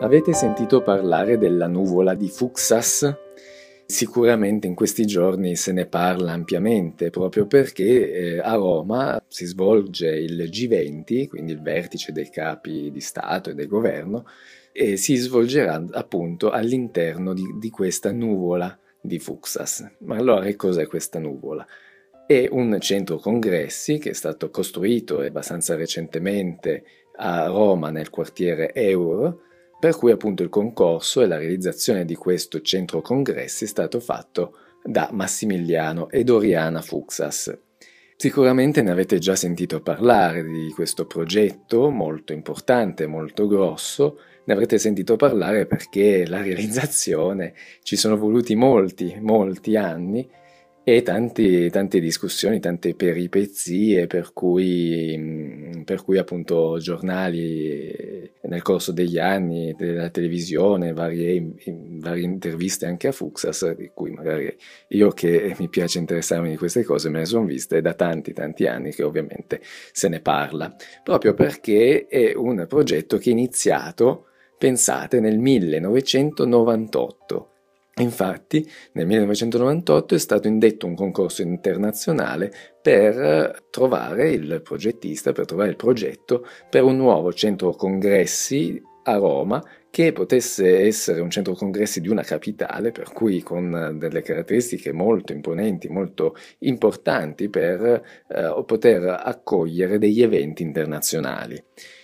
Avete sentito parlare della nuvola di Fuksas? Sicuramente in questi giorni se ne parla ampiamente, proprio perché a Roma si svolge il G20, quindi il vertice dei capi di Stato e del governo, e si svolgerà appunto all'interno di questa nuvola di Fuksas. Ma allora che cos'è questa nuvola? È un centro congressi che è stato costruito abbastanza recentemente a Roma nel quartiere Euro, per cui appunto il concorso e la realizzazione di questo centro congressi è stato fatto da Massimiliano e Doriana Fuksas. Sicuramente ne avete già sentito parlare di questo progetto molto importante, molto grosso. Ne avrete sentito parlare perché la realizzazione ci sono voluti molti anni e tante discussioni, tante peripezie per cui appunto giornali nel corso degli anni, della televisione, varie interviste anche a Fuksas, di cui magari io che mi piace interessarmi di queste cose me ne sono viste da tanti anni che ovviamente se ne parla, proprio perché è un progetto che è iniziato, pensate, nel 1998. Infatti, nel 1998 è stato indetto un concorso internazionale per trovare il progettista, per trovare il progetto per un nuovo centro congressi a Roma che potesse essere un centro congressi di una capitale, per cui con delle caratteristiche molto imponenti, molto importanti per poter accogliere degli eventi internazionali.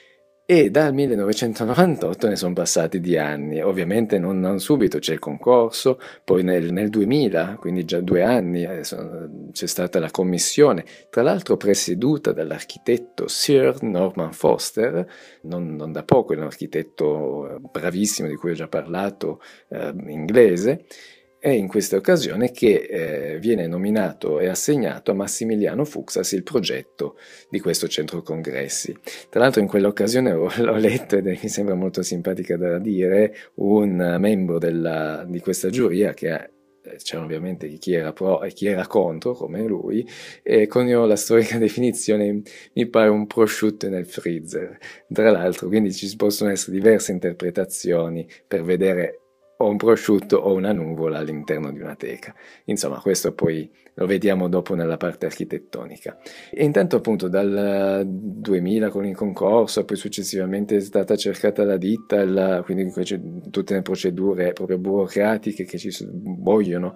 E dal 1998 ne sono passati di anni, ovviamente non subito c'è il concorso, poi nel 2000, quindi già 2 anni, c'è stata la commissione, tra l'altro presieduta dall'architetto Sir Norman Foster, non da poco, è un architetto bravissimo di cui ho già parlato, inglese. È in questa occasione che viene nominato e assegnato a Massimiliano Fuksas il progetto di questo centro congressi. Tra l'altro in quell'occasione l'ho letto ed mi sembra molto simpatica da dire, un membro di questa giuria che c'erano ovviamente chi era pro e chi era contro, come lui, e coniò la storica definizione, mi pare un prosciutto nel freezer. Tra l'altro, quindi ci possono essere diverse interpretazioni per vedere o un prosciutto o una nuvola all'interno di una teca. Insomma, questo poi lo vediamo dopo nella parte architettonica. E intanto appunto dal 2000 con il concorso, poi successivamente è stata cercata la ditta, quindi tutte le procedure proprio burocratiche che ci vogliono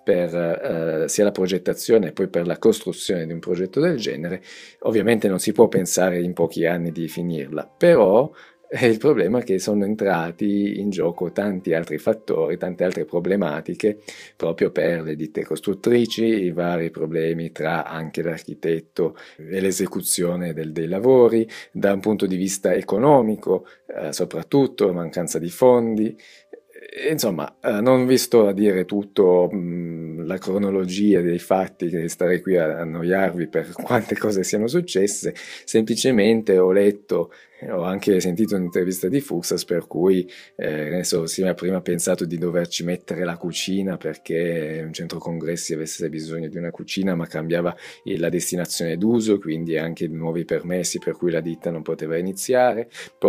per sia la progettazione e poi per la costruzione di un progetto del genere. Ovviamente non si può pensare in pochi anni di finirla, però il problema è che sono entrati in gioco tanti altri fattori, tante altre problematiche, proprio per le ditte costruttrici, i vari problemi tra anche l'architetto e l'esecuzione dei lavori, da un punto di vista economico, soprattutto mancanza di fondi. Insomma, non vi sto a dire tutto la cronologia dei fatti, che starei qui a annoiarvi per quante cose siano successe, semplicemente ho letto, ho anche sentito un'intervista di Fuksas per cui adesso si ha prima pensato di doverci mettere la cucina perché un centro congressi avesse bisogno di una cucina, ma cambiava la destinazione d'uso, quindi anche nuovi permessi per cui la ditta non poteva iniziare,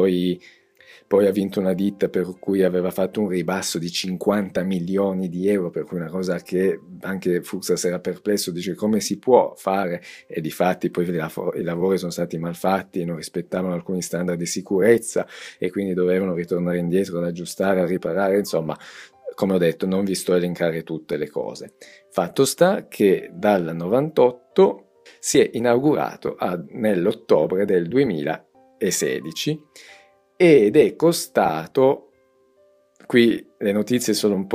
poi ha vinto una ditta per cui aveva fatto un ribasso di 50 milioni di euro, per cui una cosa che anche Fuksas era perplesso, dice come si può fare, e difatti poi i lavori sono stati malfatti e non rispettavano alcuni standard di sicurezza e quindi dovevano ritornare indietro ad aggiustare, a riparare, insomma. Come ho detto, non vi sto a elencare tutte le cose. Fatto sta che dal 98 si è inaugurato nell'ottobre del 2016 ed è costato, qui le notizie sono un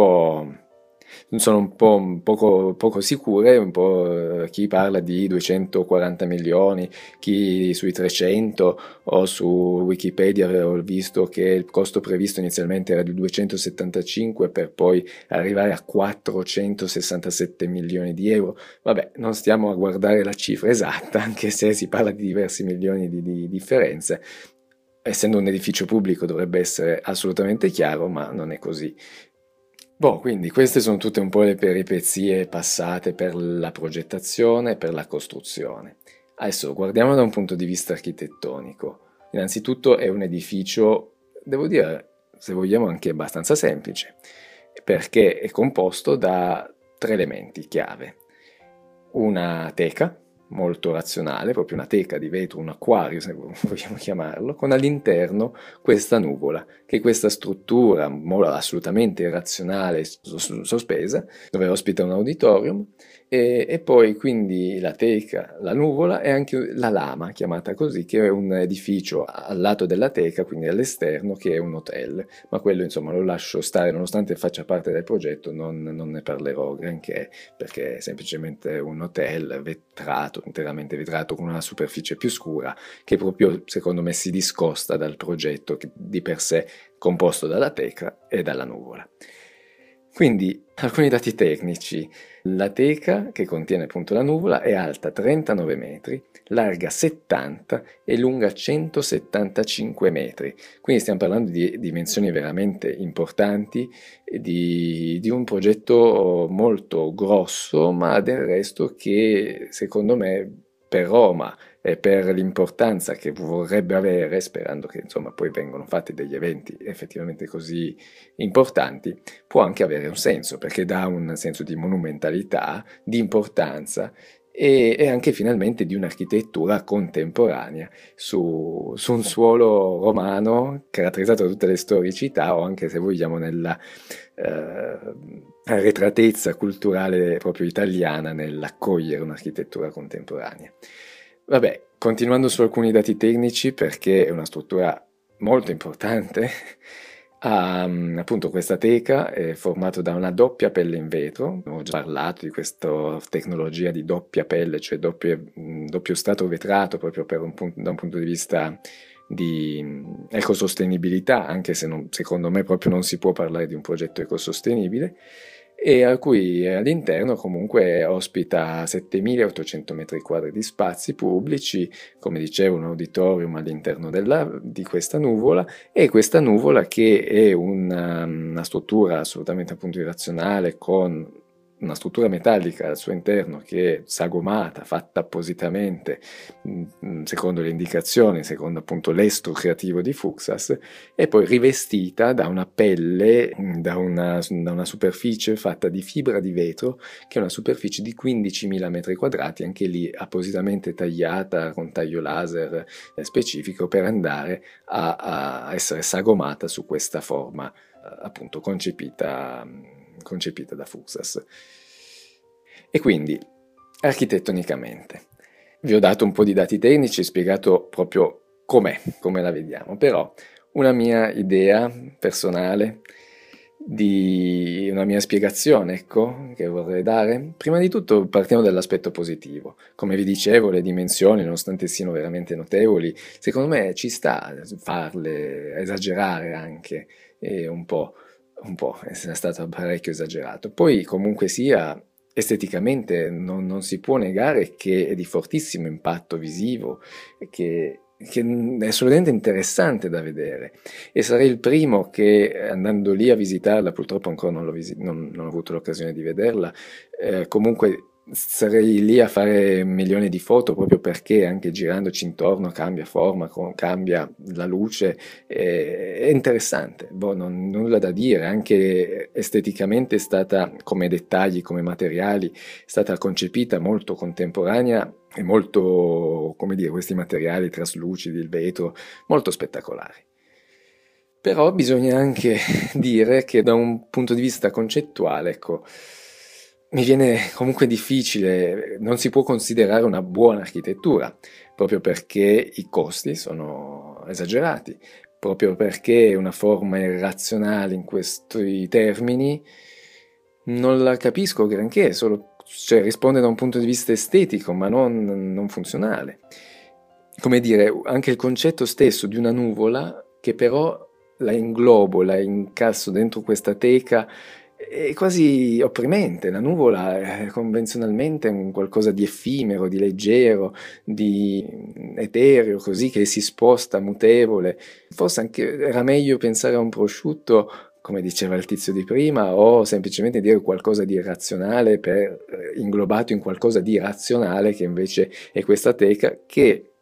poco sicure, chi parla di 240 milioni, chi sui 300, o su Wikipedia avevo visto che il costo previsto inizialmente era di 275 per poi arrivare a 467 milioni di euro. Vabbè, non stiamo a guardare la cifra esatta, anche se si parla di diversi milioni di differenze. Essendo un edificio pubblico dovrebbe essere assolutamente chiaro, ma non è così. Quindi queste sono tutte un po' le peripezie passate per la progettazione, per la costruzione. Adesso guardiamo da un punto di vista architettonico. Innanzitutto è un edificio, devo dire, se vogliamo, anche abbastanza semplice, perché è composto da 3 elementi chiave. Una teca, molto razionale, proprio una teca di vetro, un acquario se vogliamo chiamarlo, con all'interno questa nuvola, che è questa struttura assolutamente irrazionale sospesa, dove ospita un auditorium, e poi quindi la teca, la nuvola e anche la lama, chiamata così, che è un edificio al lato della teca, quindi all'esterno, che è un hotel, ma quello insomma lo lascio stare, nonostante faccia parte del progetto, non ne parlerò granché, perché è semplicemente un hotel vetrato, interamente vetrato, con una superficie più scura, che proprio secondo me si discosta dal progetto che di per sé composto dalla teca e dalla nuvola. Quindi alcuni dati tecnici. La teca, che contiene appunto la nuvola, è alta 39 metri, larga 70 e lunga 175 metri. Quindi stiamo parlando di dimensioni veramente importanti, di un progetto molto grosso, ma del resto che secondo me per Roma e per l'importanza che vorrebbe avere, sperando che insomma poi vengano fatti degli eventi effettivamente così importanti, può anche avere un senso, perché dà un senso di monumentalità, di importanza e anche finalmente di un'architettura contemporanea su un suolo romano caratterizzato da tutte le storicità, o anche se vogliamo nella arretratezza culturale proprio italiana nell'accogliere un'architettura contemporanea. Vabbè, continuando su alcuni dati tecnici, perché è una struttura molto importante, appunto questa teca è formata da una doppia pelle in vetro. Ho già parlato di questa tecnologia di doppia pelle, cioè doppio strato vetrato, proprio da un punto di vista di ecosostenibilità, anche se secondo me proprio non si può parlare di un progetto ecosostenibile, e a cui all'interno comunque ospita 7.800 metri quadri di spazi pubblici, come dicevo un auditorium all'interno di questa nuvola, e questa nuvola che è una struttura assolutamente appunto irrazionale, con una struttura metallica al suo interno che è sagomata, fatta appositamente secondo le indicazioni, secondo appunto l'estro creativo di Fuxas, e poi rivestita da una pelle, da una superficie fatta di fibra di vetro, che è una superficie di 15.000 metri quadrati, anche lì appositamente tagliata con taglio laser specifico per andare a essere sagomata su questa forma appunto concepita da Fuxas. E quindi, architettonicamente, vi ho dato un po' di dati tecnici, spiegato proprio come la vediamo, però una mia idea personale, una mia spiegazione, ecco, che vorrei dare. Prima di tutto partiamo dall'aspetto positivo. Come vi dicevo, le dimensioni, nonostante siano veramente notevoli, secondo me ci sta farle, esagerare anche un po', è stato parecchio esagerato. Poi comunque sia, esteticamente non si può negare che è di fortissimo impatto visivo, che è assolutamente interessante da vedere, e sarei il primo che andando lì a visitarla, purtroppo ancora non ho avuto l'occasione di vederla, comunque sarei lì a fare milioni di foto, proprio perché anche girandoci intorno cambia forma, cambia la luce, è interessante, nulla da dire, anche esteticamente è stata, come dettagli, come materiali, è stata concepita molto contemporanea e molto, come dire, questi materiali traslucidi, il vetro, molto spettacolari. Però bisogna anche dire che da un punto di vista concettuale, ecco, mi viene comunque difficile, non si può considerare una buona architettura, proprio perché i costi sono esagerati, proprio perché una forma irrazionale in questi termini non la capisco granché, cioè risponde da un punto di vista estetico, ma non funzionale. Come dire, anche il concetto stesso di una nuvola, che però la inglobo, la incasso dentro questa teca, è quasi opprimente. La nuvola è convenzionalmente un qualcosa di effimero, di leggero, di etereo, così, che si sposta, mutevole. Forse anche era meglio pensare a un prosciutto, come diceva il tizio di prima, o semplicemente dire qualcosa di irrazionale inglobato in qualcosa di razionale, che invece è questa teca, che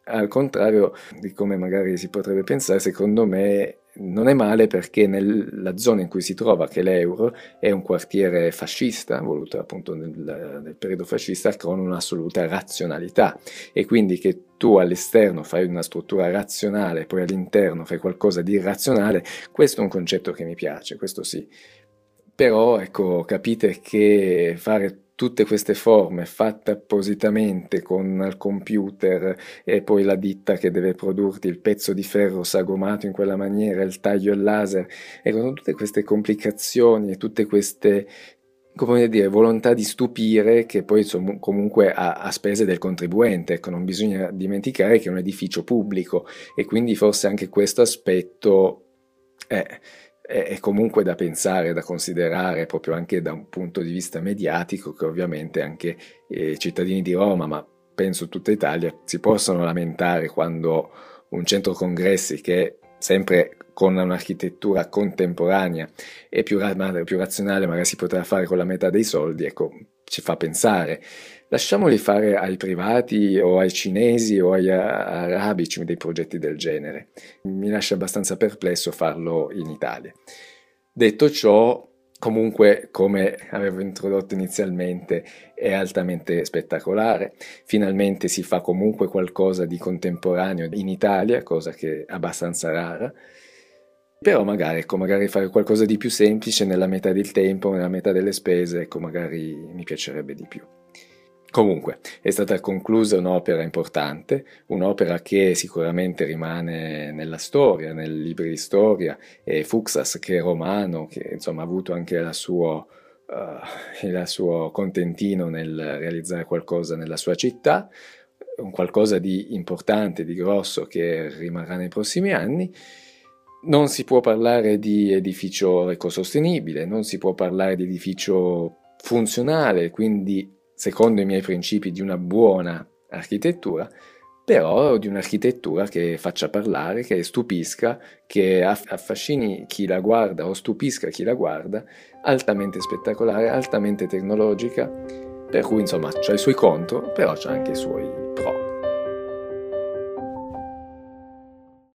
al contrario di come magari si potrebbe pensare, secondo me non è male, perché nella zona in cui si trova, che è l'Euro, è un quartiere fascista, voluto appunto nel periodo fascista, con un'assoluta razionalità, e quindi che tu all'esterno fai una struttura razionale, poi all'interno fai qualcosa di irrazionale, questo è un concetto che mi piace, questo sì. Però ecco, capite che fare tutte queste forme fatte appositamente con al computer, e poi la ditta che deve produrti il pezzo di ferro sagomato in quella maniera, il taglio al laser, e con tutte queste complicazioni e tutte queste, come dire, volontà di stupire, che poi sono comunque a spese del contribuente. Ecco, non bisogna dimenticare che è un edificio pubblico, e quindi forse anche questo aspetto è comunque da pensare, da considerare, proprio anche da un punto di vista mediatico, che ovviamente anche i cittadini di Roma, ma penso tutta Italia, si possono lamentare quando un centro congressi, che sempre con un'architettura contemporanea e più razionale, magari si poteva fare con la metà dei soldi, ecco, ci fa pensare. Lasciamoli fare ai privati o ai cinesi o agli arabici dei progetti del genere. Mi lascia abbastanza perplesso farlo in Italia. Detto ciò, comunque, come avevo introdotto inizialmente, è altamente spettacolare. Finalmente si fa comunque qualcosa di contemporaneo in Italia, cosa che è abbastanza rara. Però magari, ecco, magari fare qualcosa di più semplice nella metà del tempo, nella metà delle spese, ecco, magari mi piacerebbe di più. Comunque, è stata conclusa un'opera importante, un'opera che sicuramente rimane nella storia, nei libri di storia, e Fuxas, che è romano, che insomma ha avuto anche il suo contentino nel realizzare qualcosa nella sua città, un qualcosa di importante, di grosso, che rimarrà nei prossimi anni. Non si può parlare di edificio ecosostenibile, non si può parlare di edificio funzionale, quindi secondo i miei principi di una buona architettura, però di un'architettura che faccia parlare, che stupisca, che affascini chi la guarda o stupisca chi la guarda, altamente spettacolare, altamente tecnologica, per cui insomma c'ha i suoi contro, però c'ha anche i suoi pro.